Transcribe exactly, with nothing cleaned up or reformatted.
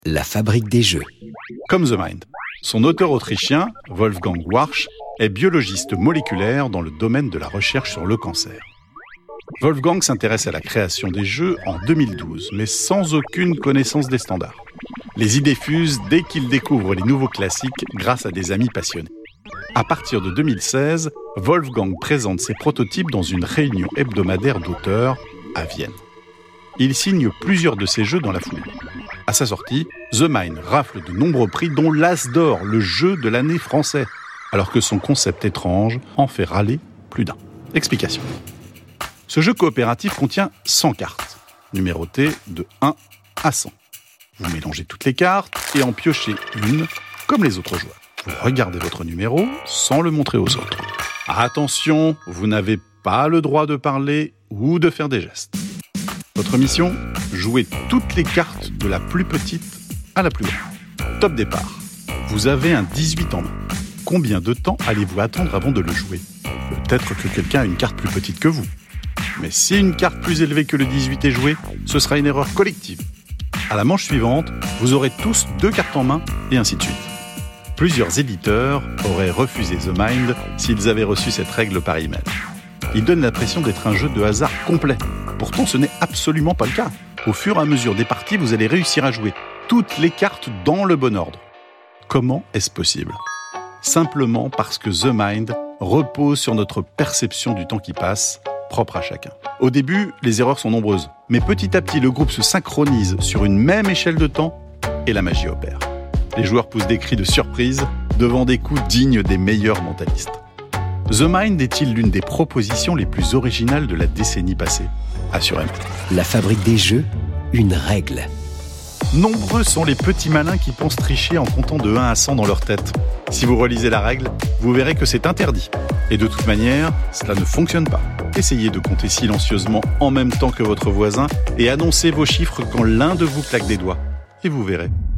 La fabrique des jeux. Comme The Mind. Son auteur autrichien, Wolfgang Warsch, est biologiste moléculaire dans le domaine de la recherche sur le cancer. Wolfgang s'intéresse à la création des jeux en deux mille douze, mais sans aucune connaissance des standards. Les idées fusent dès qu'il découvre les nouveaux classiques grâce à des amis passionnés. À partir de deux mille seize, Wolfgang présente ses prototypes dans une réunion hebdomadaire d'auteurs à Vienne. Il signe plusieurs de ses jeux dans la foulée. À sa sortie, The Mind rafle de nombreux prix, dont l'As d'or, le jeu de l'année français, alors que son concept étrange en fait râler plus d'un. Explication. Ce jeu coopératif contient cent cartes, numérotées de un à cent. Vous mélangez toutes les cartes et en piochez une comme les autres joueurs. Vous regardez votre numéro sans le montrer aux autres. Attention, vous n'avez pas le droit de parler ou de faire des gestes. Votre mission, jouer toutes les cartes de la plus petite à la plus grande. Top départ. Vous avez un dix-huit en main. Combien de temps allez-vous attendre avant de le jouer ? Peut-être que quelqu'un a une carte plus petite que vous. Mais si une carte plus élevée que le dix-huit est jouée, ce sera une erreur collective. À la manche suivante, vous aurez tous deux cartes en main et ainsi de suite. Plusieurs éditeurs auraient refusé The Mind s'ils avaient reçu cette règle par email. Ils donnent l'impression d'être un jeu de hasard complet. Pourtant, ce n'est absolument pas le cas. Au fur et à mesure des parties, vous allez réussir à jouer toutes les cartes dans le bon ordre. Comment est-ce possible ? Simplement parce que The Mind repose sur notre perception du temps qui passe, propre à chacun. Au début, les erreurs sont nombreuses, mais petit à petit, le groupe se synchronise sur une même échelle de temps et la magie opère. Les joueurs poussent des cris de surprise devant des coups dignes des meilleurs mentalistes. The Mind est-il l'une des propositions les plus originales de la décennie passée ? Assurément. La fabrique des jeux, une règle. Nombreux sont les petits malins qui pensent tricher en comptant de un à cent dans leur tête. Si vous relisez la règle, vous verrez que c'est interdit. Et de toute manière, cela ne fonctionne pas. Essayez de compter silencieusement en même temps que votre voisin et annoncez vos chiffres quand l'un de vous claque des doigts. Et vous verrez.